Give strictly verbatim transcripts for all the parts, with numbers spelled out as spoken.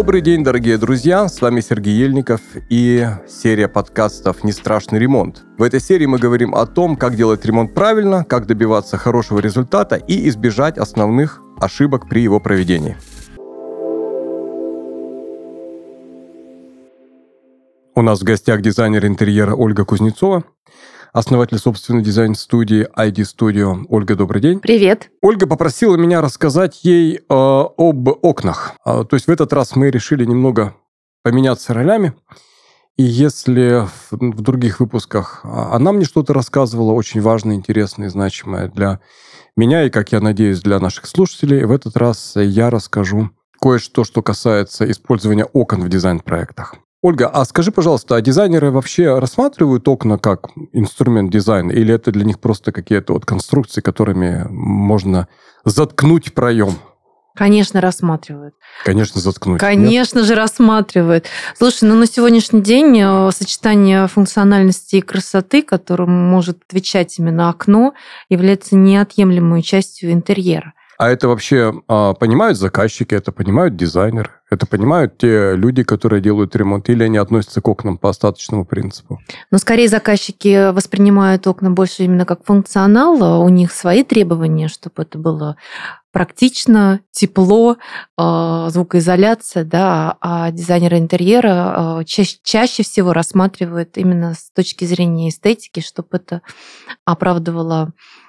Добрый день, дорогие друзья, с вами Сергей Ельников и серия подкастов «Не страшный ремонт». В этой серии мы говорим о том, как делать ремонт правильно, как добиваться хорошего результата и избежать основных ошибок при его проведении. У нас в гостях дизайнер интерьера Ольга Кузнецова, основатель собственной дизайн-студии ай ди Studio. Ольга, добрый день. Привет. Ольга попросила меня рассказать ей э, об окнах. Э, то есть в этот раз мы решили немного поменяться ролями. И если в, в других выпусках она мне что-то рассказывала, очень важное, интересное и значимое для меня, и, как я надеюсь, для наших слушателей, в этот раз я расскажу кое-что, что касается использования окон в дизайн-проектах. Ольга, а скажи, пожалуйста, а дизайнеры вообще рассматривают окна как инструмент дизайна, или это для них просто какие-то вот конструкции, которыми можно заткнуть проем? Конечно, рассматривают. Конечно, заткнуть. Конечно Нет? же, рассматривают. Слушай, ну на сегодняшний день сочетание функциональности и красоты, которым может отвечать именно окно, является неотъемлемой частью интерьера. А это вообще а, понимают заказчики, это понимают дизайнеры, это понимают те люди, которые делают ремонт, или они относятся к окнам по остаточному принципу? Но скорее заказчики воспринимают окна больше именно как функционал, у них свои требования, чтобы это было практично, тепло, звукоизоляция, да, а дизайнеры интерьера чаще, чаще всего рассматривают именно с точки зрения эстетики, чтобы это оправдывало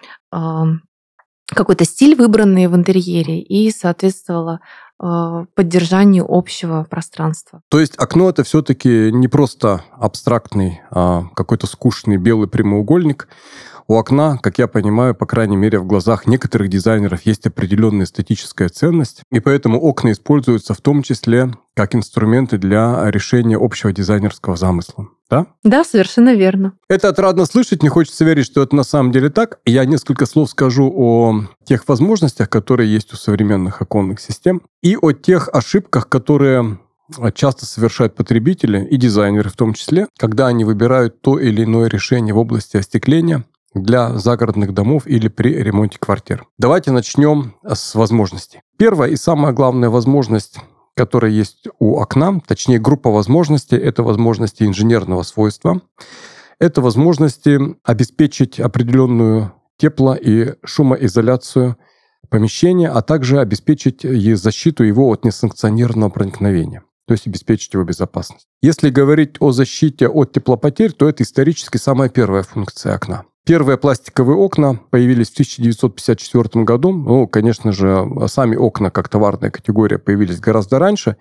какой-то стиль, выбранный в интерьере, и соответствовало э, поддержанию общего пространства. То есть окно – это все-таки не просто абстрактный, а какой-то скучный белый прямоугольник. У окна, как я понимаю, по крайней мере, в глазах некоторых дизайнеров есть определенная эстетическая ценность, и поэтому окна используются в том числе как инструменты для решения общего дизайнерского замысла. Да? Да, совершенно верно. Это отрадно слышать, не хочется верить, что это на самом деле так. Я несколько слов скажу о тех возможностях, которые есть у современных оконных систем, и о тех ошибках, которые часто совершают потребители и дизайнеры в том числе, когда они выбирают то или иное решение в области остекления для загородных домов или при ремонте квартир. Давайте начнем с возможностей. Первая и самая главная возможность, которая есть у окна, точнее группа возможностей, это возможности инженерного свойства. Это возможности обеспечить определенную тепло- и шумоизоляцию помещения, а также обеспечить защиту его от несанкционированного проникновения, то есть обеспечить его безопасность. Если говорить о защите от теплопотерь, то это исторически самая первая функция окна. Первые пластиковые окна появились в тысяча девятьсот пятьдесят четвёртом году. Ну, конечно же, сами окна как товарная категория появились гораздо раньше.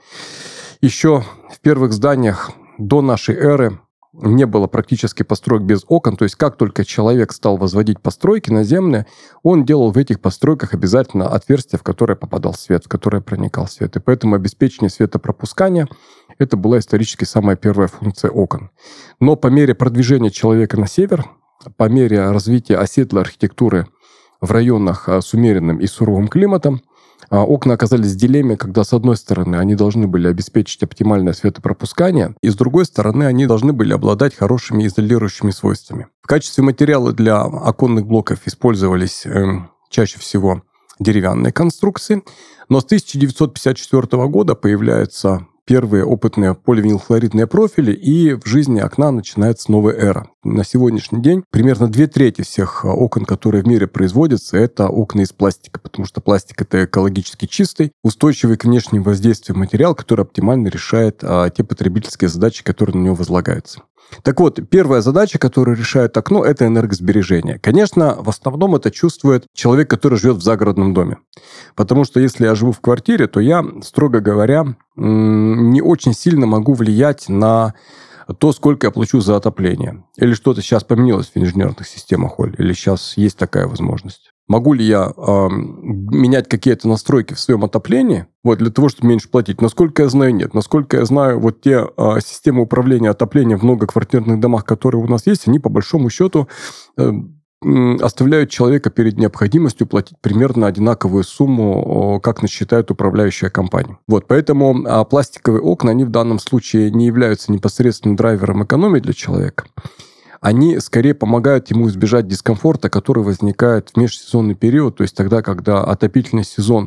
Еще в первых зданиях до нашей эры не было практически построек без окон. То есть как только человек стал возводить постройки наземные, он делал в этих постройках обязательно отверстия, в которые попадал свет, в которые проникал свет. И поэтому обеспечение светопропускания – это была исторически самая первая функция окон. Но по мере продвижения человека на север, по мере развития оседлой архитектуры в районах с умеренным и суровым климатом, окна оказались в дилемме, когда, с одной стороны, они должны были обеспечить оптимальное светопропускание, и, с другой стороны, они должны были обладать хорошими изолирующими свойствами. В качестве материала для оконных блоков использовались э, чаще всего деревянные конструкции, но с тысяча девятьсот пятьдесят четвёртого года появляются первые опытные поливинилхлоридные профили, и в жизни окна начинается новая эра. На сегодняшний день примерно две трети всех окон, которые в мире производятся, это окна из пластика, потому что пластик – это экологически чистый, устойчивый к внешним воздействиям материал, который оптимально решает а, те потребительские задачи, которые на него возлагаются. Так вот, первая задача, которую решает окно, это энергосбережение. Конечно, в основном это чувствует человек, который живет в загородном доме. Потому что если я живу в квартире, то я, строго говоря, не очень сильно могу влиять на то, сколько я плачу за отопление. Или что-то сейчас поменялось в инженерных системах, Оль, или сейчас есть такая возможность. Могу ли я э, менять какие-то настройки в своем отоплении вот, для того, чтобы меньше платить? Насколько я знаю, нет. Насколько я знаю, вот те э, системы управления отоплением в многоквартирных домах, которые у нас есть, они по большому счету э, э, оставляют человека перед необходимостью платить примерно одинаковую сумму, э, как насчитает управляющая компания. Вот, поэтому э, пластиковые окна, они в данном случае не являются непосредственным драйвером экономии для человека. Они скорее помогают ему избежать дискомфорта, который возникает в межсезонный период, то есть тогда, когда отопительный сезон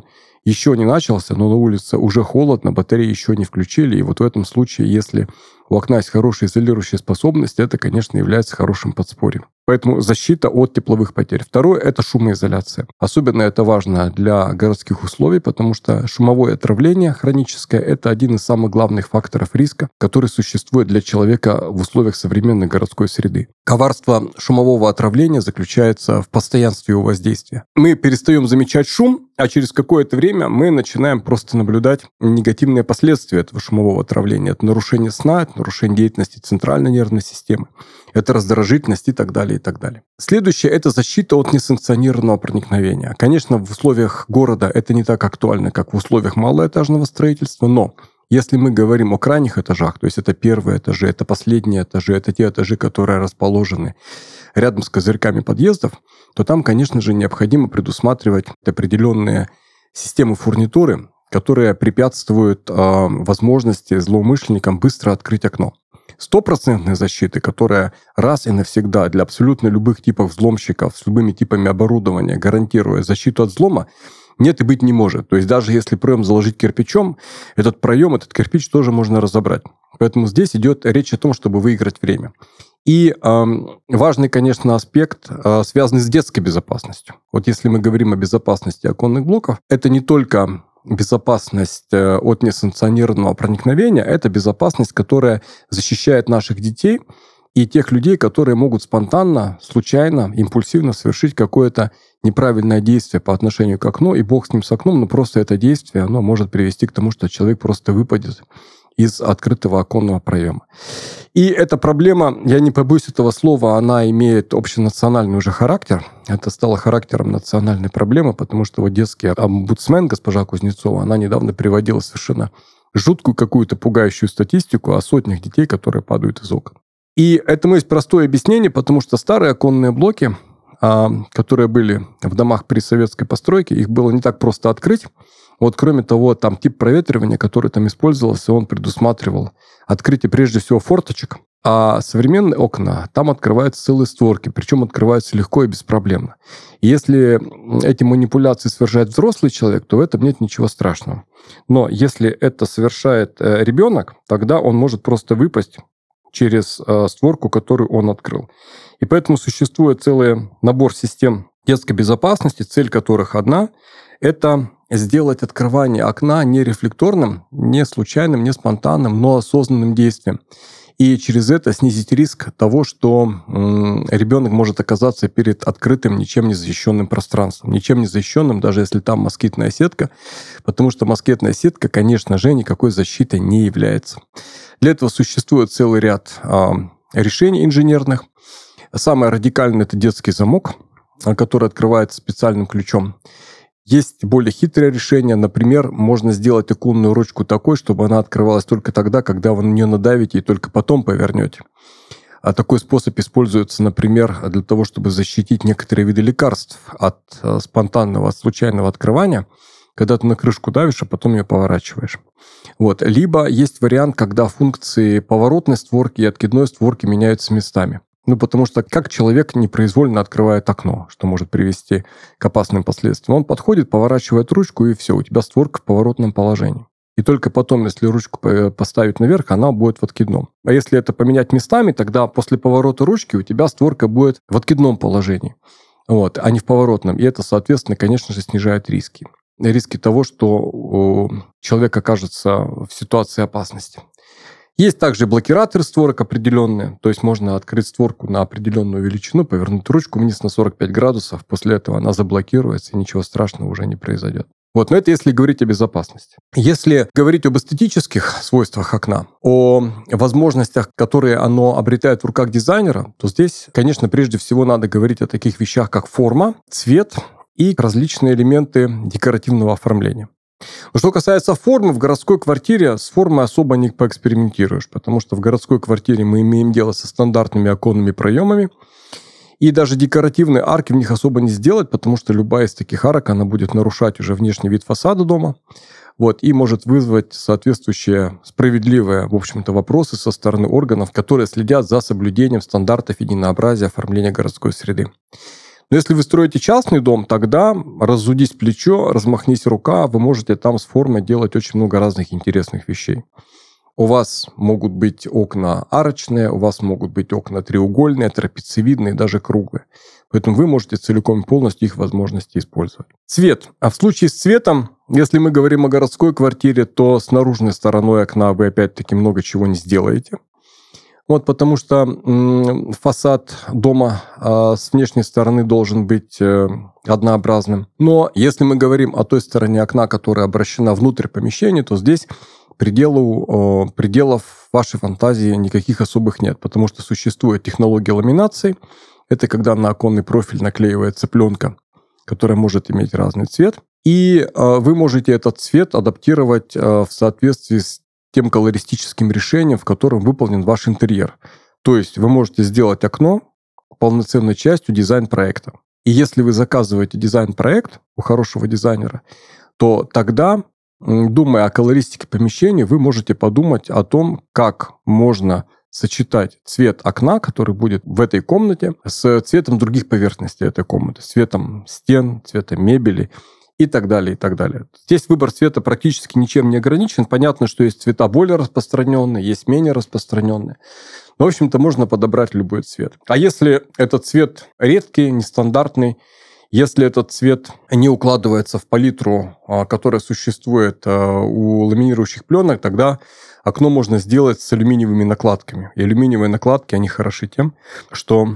еще не начался, но на улице уже холодно, батареи еще не включили. И вот в этом случае, если у окна есть хорошая изолирующая способность, это, конечно, является хорошим подспорьем. Поэтому защита от тепловых потерь. Второе – это шумоизоляция. Особенно это важно для городских условий, потому что шумовое отравление хроническое – это один из самых главных факторов риска, который существует для человека в условиях современной городской среды. Коварство шумового отравления заключается в постоянстве его воздействия. Мы перестаем замечать шум, а через какое-то время мы начинаем просто наблюдать негативные последствия этого шумового отравления. Это нарушение сна, это нарушение деятельности центральной нервной системы, это раздражительность и так далее, и так далее. Следующее – это защита от несанкционированного проникновения. Конечно, в условиях города это не так актуально, как в условиях малоэтажного строительства, но если мы говорим о крайних этажах, то есть это первые этажи, это последние этажи, это те этажи, которые расположены рядом с козырьками подъездов, то там, конечно же, необходимо предусматривать определенные системы фурнитуры, которые препятствуют э, возможности злоумышленникам быстро открыть окно. Стопроцентной защиты, которая раз и навсегда для абсолютно любых типов взломщиков с любыми типами оборудования гарантирует защиту от взлома, нет и быть не может. То есть даже если проем заложить кирпичом, этот проем, этот кирпич тоже можно разобрать. Поэтому здесь идет речь о том, чтобы выиграть время. И э, важный, конечно, аспект, э, связанный с детской безопасностью. Вот если мы говорим о безопасности оконных блоков, это не только безопасность от несанкционированного проникновения, это безопасность, которая защищает наших детей и тех людей, которые могут спонтанно, случайно, импульсивно совершить какое-то неправильное действие по отношению к окну, и бог с ним с окном, но просто это действие, оно может привести к тому, что человек просто выпадет из открытого оконного проема. И эта проблема, я не побоюсь этого слова, она имеет общенациональный уже характер. Это стало характером национальной проблемы, потому что вот детский омбудсмен госпожа Кузнецова, она недавно приводила совершенно жуткую какую-то пугающую статистику о сотнях детей, которые падают из окон. И этому есть простое объяснение, потому что старые оконные блоки, которые были в домах при советской постройке, их было не так просто открыть. Вот, кроме того, там тип проветривания, который там использовался, он предусматривал открытие прежде всего форточек, а современные окна, там открываются целые створки, причем открываются легко и беспроблемно. И если эти манипуляции совершает взрослый человек, то в этом нет ничего страшного. Но если это совершает ребенок, тогда он может просто выпасть через створку, которую он открыл. И поэтому существует целый набор систем детской безопасности, цель которых одна – это сделать открывание окна не рефлекторным, не случайным, не спонтанным, но осознанным действием. И через это снизить риск того, что ребенок может оказаться перед открытым, ничем не защищенным пространством. Ничем не защищенным, даже если там москитная сетка, потому что москитная сетка, конечно же, никакой защитой не является. Для этого существует целый ряд решений инженерных. Самое радикальное – это детский замок, который открывается специальным ключом. Есть более хитрое решение. Например, можно сделать оконную ручку такой, чтобы она открывалась только тогда, когда вы на нее надавите, и только потом повернете. А такой способ используется, например, для того, чтобы защитить некоторые виды лекарств от спонтанного, от случайного открывания, когда ты на крышку давишь, а потом ее поворачиваешь. Вот. Либо есть вариант, когда функции поворотной створки и откидной створки меняются местами. Ну, потому что как человек непроизвольно открывает окно, что может привести к опасным последствиям? Он подходит, поворачивает ручку, и все, у тебя створка в поворотном положении. И только потом, если ручку поставить наверх, она будет в откидном. А если это поменять местами, тогда после поворота ручки у тебя створка будет в откидном положении, вот, а не в поворотном. И это, соответственно, конечно же, снижает риски. Риски того, что человек окажется в ситуации опасности. Есть также блокираторы створок определенные, то есть можно открыть створку на определенную величину, повернуть ручку вниз на сорок пять градусов, после этого она заблокируется, и ничего страшного уже не произойдет. Вот, но это если говорить о безопасности. Если говорить об эстетических свойствах окна, о возможностях, которые оно обретает в руках дизайнера, то здесь, конечно, прежде всего надо говорить о таких вещах, как форма, цвет и различные элементы декоративного оформления. Но что касается формы, в городской квартире с формой особо не поэкспериментируешь, потому что в городской квартире мы имеем дело со стандартными оконными проемами, и даже декоративные арки в них особо не сделать, потому что любая из таких арок, она будет нарушать уже внешний вид фасада дома, вот, и может вызвать соответствующие справедливые, в общем-то, вопросы со стороны органов, которые следят за соблюдением стандартов единообразия оформления городской среды. Но если вы строите частный дом, тогда разудись плечо, размахнись рука, вы можете там с формой делать очень много разных интересных вещей. У вас могут быть окна арочные, у вас могут быть окна треугольные, трапециевидные, даже круглые. Поэтому вы можете целиком и полностью их возможности использовать. Цвет. А в случае с цветом, если мы говорим о городской квартире, то с наружной стороной окна вы опять-таки много чего не сделаете. Вот, потому что м, фасад дома э, с внешней стороны должен быть э, однообразным. Но если мы говорим о той стороне окна, которая обращена внутрь помещения, то здесь пределу, э, пределов вашей фантазии никаких особых нет, потому что существует технология ламинации. Это когда на оконный профиль наклеивается пленка, которая может иметь разный цвет. И э, вы можете этот цвет адаптировать э, в соответствии с тем колористическим решением, в котором выполнен ваш интерьер. То есть вы можете сделать окно полноценной частью дизайн-проекта. И если вы заказываете дизайн-проект у хорошего дизайнера, то тогда, думая о колористике помещения, вы можете подумать о том, как можно сочетать цвет окна, который будет в этой комнате, с цветом других поверхностей этой комнаты, с цветом стен, цветом мебели и так далее, и так далее. Здесь выбор цвета практически ничем не ограничен. Понятно, что есть цвета более распространенные, есть менее распространенные. Но, в общем-то, можно подобрать любой цвет. А если этот цвет редкий, нестандартный, если этот цвет не укладывается в палитру, которая существует у ламинирующих пленок, тогда окно можно сделать с алюминиевыми накладками. И алюминиевые накладки, они хороши тем, что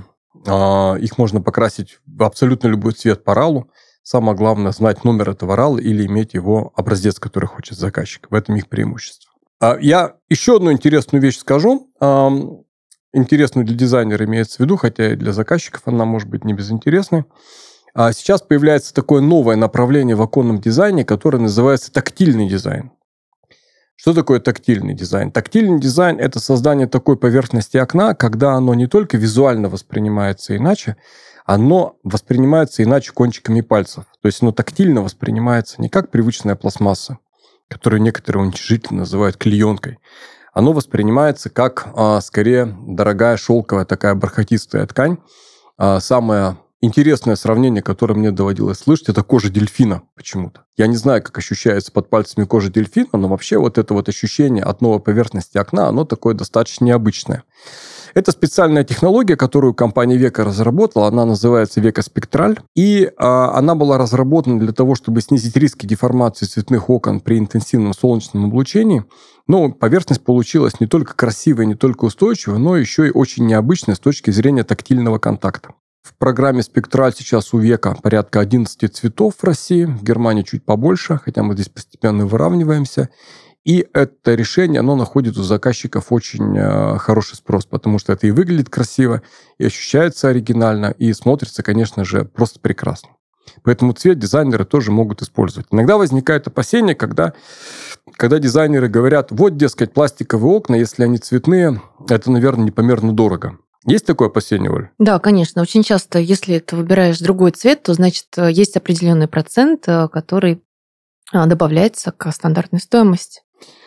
их можно покрасить в абсолютно любой цвет по ралу. Самое главное знать номер этого рала или иметь его образец, который хочет заказчик. В этом их преимущество. Я еще одну интересную вещь скажу. Интересную для дизайнера имеется в виду, хотя и для заказчиков она может быть не безинтересной. Сейчас появляется такое новое направление в оконном дизайне, которое называется тактильный дизайн. Что такое тактильный дизайн? Тактильный дизайн – это создание такой поверхности окна, когда оно не только визуально воспринимается иначе, оно воспринимается иначе кончиками пальцев. То есть оно тактильно воспринимается не как привычная пластмасса, которую некоторые уничижительно называют клеенкой. Оно воспринимается как, скорее, дорогая шелковая такая бархатистая ткань. Самое интересное сравнение, которое мне доводилось слышать, это кожа дельфина почему-то. Я не знаю, как ощущается под пальцами кожа дельфина, но вообще вот это вот ощущение от новой поверхности окна, оно такое достаточно необычное. Это специальная технология, которую компания Века разработала. Она называется Века Спектраль. И а, она была разработана для того, чтобы снизить риски деформации цветных окон при интенсивном солнечном облучении. Но поверхность получилась не только красивая, не только устойчивая, но еще и очень необычная с точки зрения тактильного контакта. В программе «Спектраль» сейчас у Века порядка одиннадцать цветов в России, в Германии чуть побольше, хотя мы здесь постепенно выравниваемся. И это решение, оно находит у заказчиков очень э, хороший спрос, потому что это и выглядит красиво, и ощущается оригинально, и смотрится, конечно же, просто прекрасно. Поэтому цвет дизайнеры тоже могут использовать. Иногда возникает опасение, когда, когда дизайнеры говорят, вот, дескать, пластиковые окна, если они цветные, это, наверное, непомерно дорого. Есть такое опасение, Оль? Да, конечно. Очень часто, если ты выбираешь другой цвет, то, значит, есть определенный процент, который добавляется к стандартной стоимости.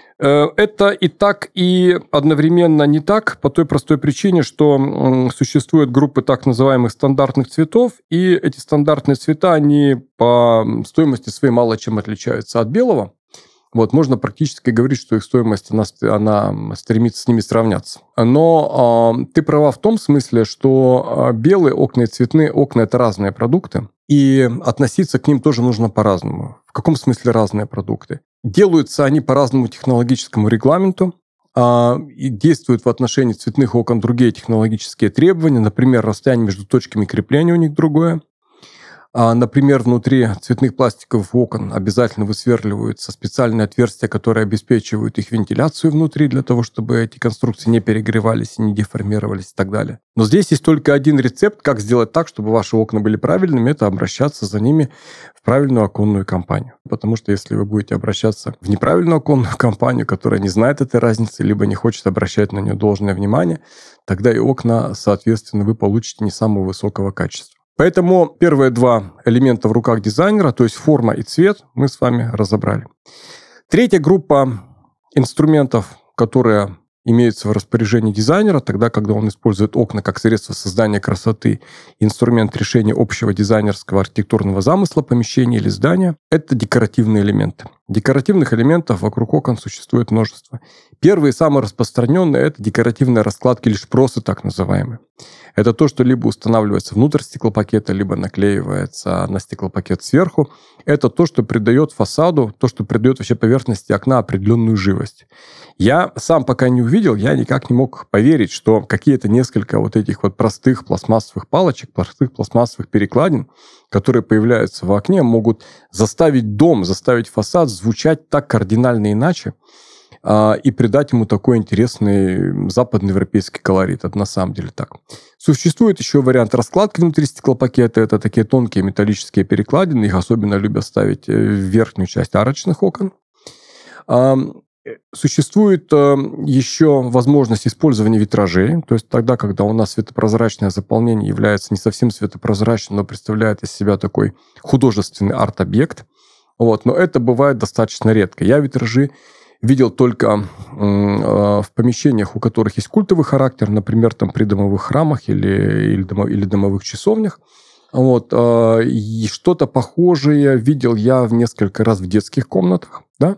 Это и так, и одновременно не так, по той простой причине, что существуют группы так называемых стандартных цветов, и эти стандартные цвета, они по стоимости своей мало чем отличаются от белого. Вот, можно практически говорить, что их стоимость, она, она стремится с ними сравняться. Но э, ты права в том смысле, что белые окна и цветные окна – это разные продукты, и относиться к ним тоже нужно по-разному. В каком смысле разные продукты? Делаются они по разному технологическому регламенту, э, и действуют в отношении цветных окон другие технологические требования, например, расстояние между точками крепления у них другое. Например, внутри цветных пластиковых окон обязательно высверливаются специальные отверстия, которые обеспечивают их вентиляцию внутри, для того, чтобы эти конструкции не перегревались и не деформировались и так далее. Но здесь есть только один рецепт, как сделать так, чтобы ваши окна были правильными, это обращаться за ними в правильную оконную компанию. Потому что если вы будете обращаться в неправильную оконную компанию, которая не знает этой разницы, либо не хочет обращать на нее должное внимание, тогда и окна, соответственно, вы получите не самого высокого качества. Поэтому первые два элемента в руках дизайнера, то есть форма и цвет, мы с вами разобрали. Третья группа инструментов, которые имеются в распоряжении дизайнера, тогда, когда он использует окна как средство создания красоты, инструмент решения общего дизайнерского архитектурного замысла помещения или здания, это декоративные элементы. Декоративных элементов вокруг окон существует множество. Первые, самые распространенные, это декоративные раскладки или шпросы, так называемые. Это то, что либо устанавливается внутрь стеклопакета, либо наклеивается на стеклопакет сверху. Это то, что придает фасаду, то, что придает вообще поверхности окна определенную живость. Я сам пока не увидел, я никак не мог поверить, что какие-то несколько вот этих вот простых пластмассовых палочек, простых пластмассовых перекладин, которые появляются в окне, могут заставить дом, заставить фасад звучать так кардинально иначе, и придать ему такой интересный западноевропейский колорит. Это на самом деле так. Существует еще вариант раскладки внутри стеклопакета. Это такие тонкие металлические перекладины. Их особенно любят ставить в верхнюю часть арочных окон. Существует еще возможность использования витражей. То есть тогда, когда у нас светопрозрачное заполнение является не совсем светопрозрачным, но представляет из себя такой художественный арт-объект. Вот. Но это бывает достаточно редко. Я витражи видел только в помещениях, у которых есть культовый характер, например, там при домовых храмах или, или, домо, или домовых часовнях. Вот. И что-то похожее видел я в несколько раз в детских комнатах. Да?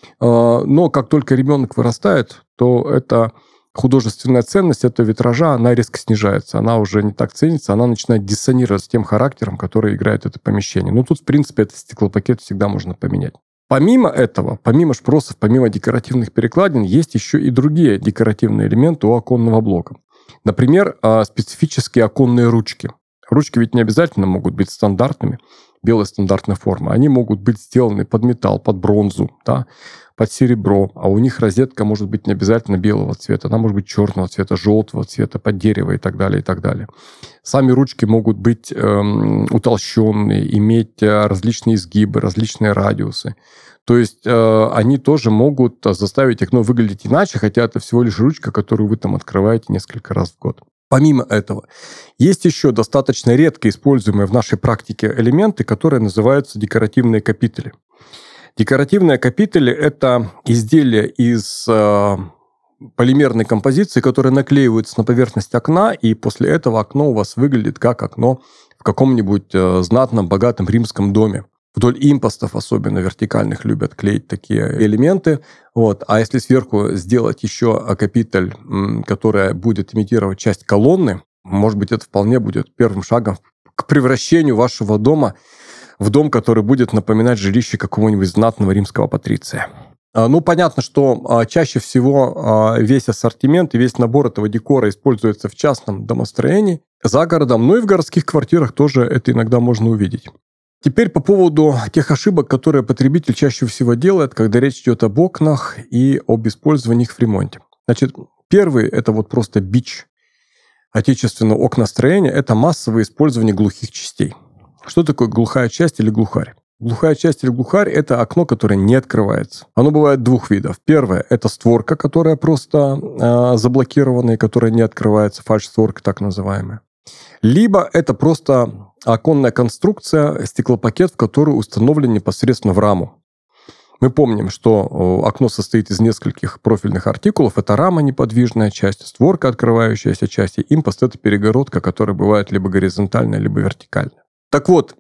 Но как только ребенок вырастает, то эта художественная ценность этого витража, она резко снижается. Она уже не так ценится, она начинает диссонировать с тем характером, который играет это помещение. Но тут, в принципе, этот стеклопакет всегда можно поменять. Помимо этого, помимо шпросов, помимо декоративных перекладин, есть еще и другие декоративные элементы у оконного блока. Например, специфические оконные ручки. Ручки ведь не обязательно могут быть стандартными, белой стандартной формы. Они могут быть сделаны под металл, под бронзу, да, под серебро, а у них розетка может быть не обязательно белого цвета, она может быть черного цвета, желтого цвета, под дерево и так далее, и так далее. Сами ручки могут быть эм, утолщенные, иметь различные изгибы, различные радиусы. То есть э, они тоже могут заставить окно выглядеть иначе, хотя это всего лишь ручка, которую вы там открываете несколько раз в год. Помимо этого, есть еще достаточно редко используемые в нашей практике элементы, которые называются декоративные капители. Декоративные капители – это изделия из э, полимерной композиции, которые наклеиваются на поверхность окна, и после этого окно у вас выглядит как окно в каком-нибудь э, знатном, богатом римском доме. Вдоль импостов, особенно вертикальных, любят клеить такие элементы. Вот. А если сверху сделать еще капитель, который будет имитировать часть колонны, может быть, это вполне будет первым шагом к превращению вашего дома в дом, который будет напоминать жилище какого-нибудь знатного римского патриция. Ну, понятно, что чаще всего весь ассортимент и весь набор этого декора используется в частном домостроении, за городом, но и в городских квартирах тоже это иногда можно увидеть. Теперь по поводу тех ошибок, которые потребитель чаще всего делает, когда речь идет об окнах и об использовании их в ремонте. Значит, первый – это вот просто бич отечественного окностроения – это массовое использование глухих частей. Что такое глухая часть или глухарь? Глухая часть или глухарь – это окно, которое не открывается. Оно бывает двух видов. Первое – это створка, которая просто э, заблокированная, которая не открывается, фальш-створка так называемая. Либо это просто оконная конструкция, стеклопакет, в который установлен непосредственно в раму. Мы помним, что окно состоит из нескольких профильных артикулов. Это рама, неподвижная часть, створка, открывающаяся часть, и импост – это перегородка, которая бывает либо горизонтальная, либо вертикальная. Так вот,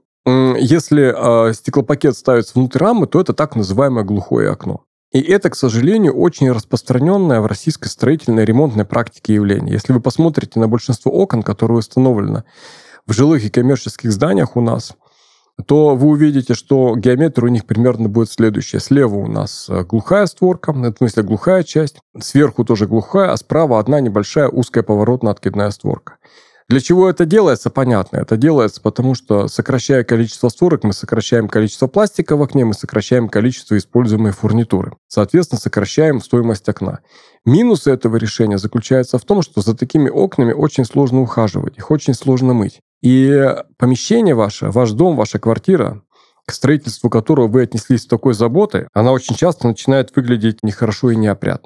если стеклопакет ставится внутрь рамы, то это так называемое глухое окно. И это, к сожалению, очень распространенное в российской строительной и ремонтной практике явление. Если вы посмотрите на большинство окон, которые установлены в жилых и коммерческих зданиях у нас, то вы увидите, что геометрия у них примерно будет следующая. Слева у нас глухая створка, в смысле глухая часть, сверху тоже глухая, а справа одна небольшая узкая поворотно-откидная створка. Для чего это делается, понятно. Это делается потому, что, сокращая количество створок, мы сокращаем количество пластика в окне, мы сокращаем количество используемой фурнитуры. Соответственно, сокращаем стоимость окна. Минус этого решения заключается в том, что за такими окнами очень сложно ухаживать, их очень сложно мыть. И помещение ваше, ваш дом, ваша квартира, к строительству которого вы отнеслись с такой заботой, она очень часто начинает выглядеть нехорошо и неопрятно.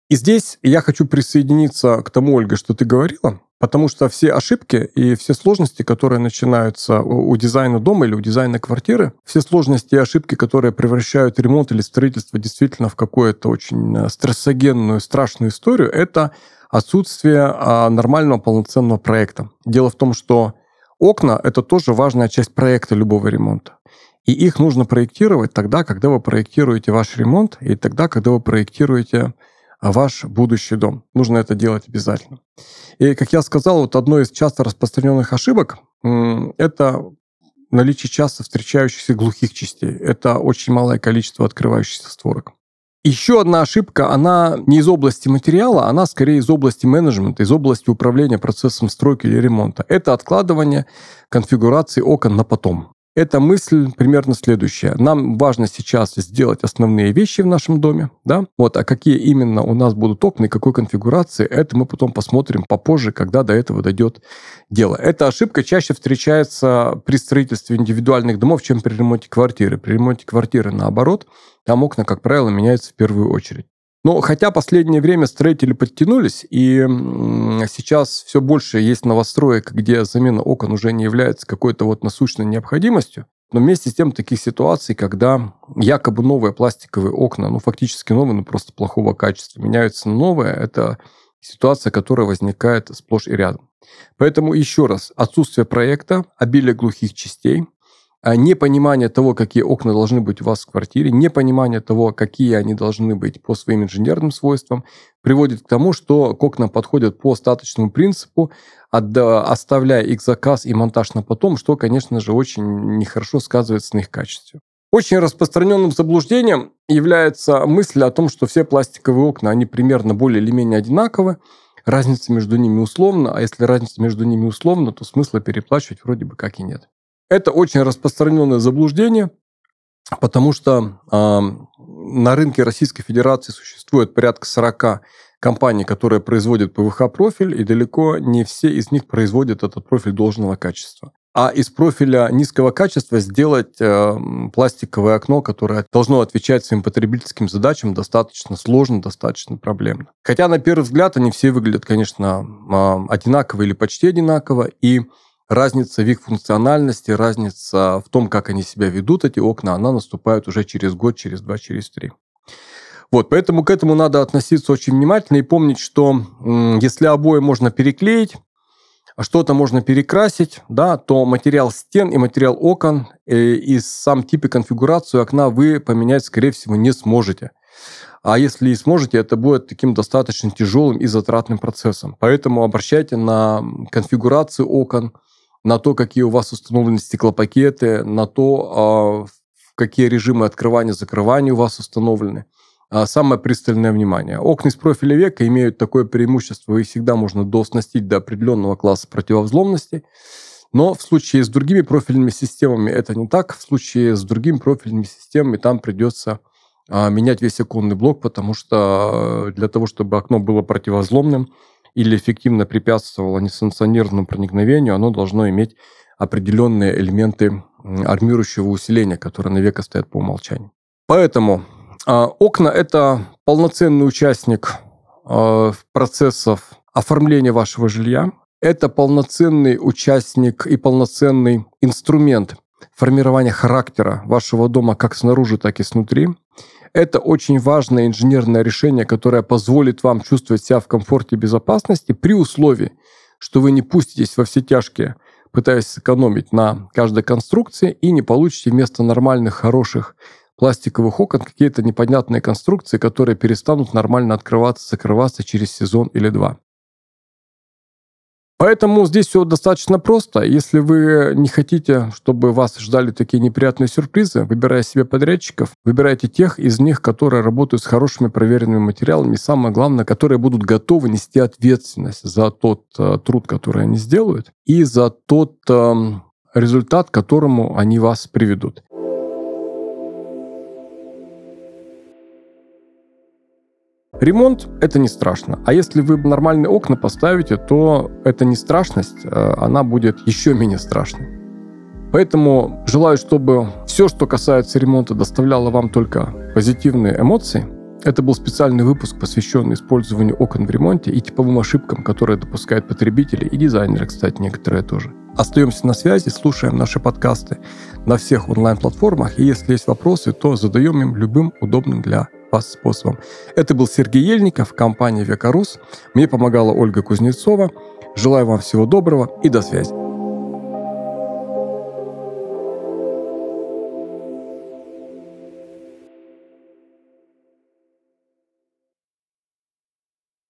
И здесь я хочу присоединиться к тому, Ольга, что ты говорила, потому что все ошибки и все сложности, которые начинаются у дизайна дома или у дизайна квартиры, все сложности и ошибки, которые превращают ремонт или строительство действительно в какую-то очень стрессогенную, страшную историю, это отсутствие нормального полноценного проекта. Дело в том, что окна — это тоже важная часть проекта любого ремонта. И их нужно проектировать тогда, когда вы проектируете ваш ремонт, и тогда, когда вы проектируете ваш будущий дом. Нужно это делать обязательно. И, как я сказал, вот одной из часто распространенных ошибок – это наличие часто встречающихся глухих частей. Это очень малое количество открывающихся створок. Еще одна ошибка, она не из области материала, она скорее из области менеджмента, из области управления процессом стройки или ремонта. Это откладывание конфигурации окон на потом. Эта мысль примерно следующая. Нам важно сейчас сделать основные вещи в нашем доме, да? Вот, а какие именно у нас будут окна и какой конфигурации, это мы потом посмотрим попозже, когда до этого дойдет дело. Эта ошибка чаще встречается при строительстве индивидуальных домов, чем при ремонте квартиры. При ремонте квартиры, наоборот, там окна, как правило, меняются в первую очередь. Но хотя последнее время строители подтянулись, и сейчас все больше есть новостроек, где замена окон уже не является какой-то вот насущной необходимостью, но вместе с тем таких ситуаций, когда якобы новые пластиковые окна, ну фактически новые, но просто плохого качества, меняются на новые, это ситуация, которая возникает сплошь и рядом. Поэтому еще раз, отсутствие проекта, обилие глухих частей, непонимание того, какие окна должны быть у вас в квартире, непонимание того, какие они должны быть по своим инженерным свойствам, приводит к тому, что к окнам подходят по остаточному принципу, оставляя их заказ и монтаж на потом, что, конечно же, очень нехорошо сказывается на их качестве. Очень распространенным заблуждением является мысль о том, что все пластиковые окна, они примерно более или менее одинаковы, разница между ними условна, а если разница между ними условна, то смысла переплачивать вроде бы как и нет. Это очень распространенное заблуждение, потому что э, на рынке Российской Федерации существует порядка сорок компаний, которые производят ПВХ-профиль, и далеко не все из них производят этот профиль должного качества. А из профиля низкого качества сделать э, пластиковое окно, которое должно отвечать своим потребительским задачам, достаточно сложно, достаточно проблемно. Хотя, на первый взгляд, они все выглядят, конечно, э, одинаково или почти одинаково, и разница в их функциональности, разница в том, как они себя ведут, эти окна, она наступает уже через год, через два, через три. Вот, поэтому к этому надо относиться очень внимательно и помнить, что м, если обои можно переклеить, а что-то можно перекрасить, да, то материал стен и материал окон э, и сам тип и конфигурацию окна вы поменять, скорее всего, не сможете. А если и сможете, это будет таким достаточно тяжелым и затратным процессом. Поэтому обращайте на конфигурацию окон, на то, какие у вас установлены стеклопакеты, на то, какие режимы открывания-закрывания у вас установлены. Самое пристальное внимание. Окна из профиля века имеют такое преимущество, их всегда можно дооснастить до определенного класса противовзломности. Но в случае с другими профильными системами это не так. В случае с другими профильными системами там придется менять весь оконный блок, потому что для того, чтобы окно было противовзломным или эффективно препятствовало несанкционированному проникновению, оно должно иметь определенные элементы армирующего усиления, которые навека стоят по умолчанию. Поэтому окна – это полноценный участник процессов оформления вашего жилья. Это полноценный участник и полноценный инструмент формирования характера вашего дома как снаружи, так и снутри. Это очень важное инженерное решение, которое позволит вам чувствовать себя в комфорте и безопасности при условии, что вы не пуститесь во все тяжкие, пытаясь сэкономить на каждой конструкции и не получите вместо нормальных, хороших пластиковых окон какие-то непонятные конструкции, которые перестанут нормально открываться, закрываться через сезон или два. Поэтому здесь все достаточно просто. Если вы не хотите, чтобы вас ждали такие неприятные сюрпризы, выбирая себе подрядчиков, выбирайте тех из них, которые работают с хорошими проверенными материалами, и самое главное, которые будут готовы нести ответственность за тот э, труд, который они сделают, и за тот э, результат, к которому они вас приведут. Ремонт – это не страшно. А если вы нормальные окна поставите, то эта нестрашность, она будет еще менее страшной. Поэтому желаю, чтобы все, что касается ремонта, доставляло вам только позитивные эмоции. Это был специальный выпуск, посвященный использованию окон в ремонте и типовым ошибкам, которые допускают потребители и дизайнеры, кстати, некоторые тоже. Остаемся на связи, слушаем наши подкасты на всех онлайн-платформах, и если есть вопросы, то задаем им любым удобным для вас способом. Это был Сергей Ельников, компания Векарус. Мне помогала Ольга Кузнецова. Желаю вам всего доброго и до связи.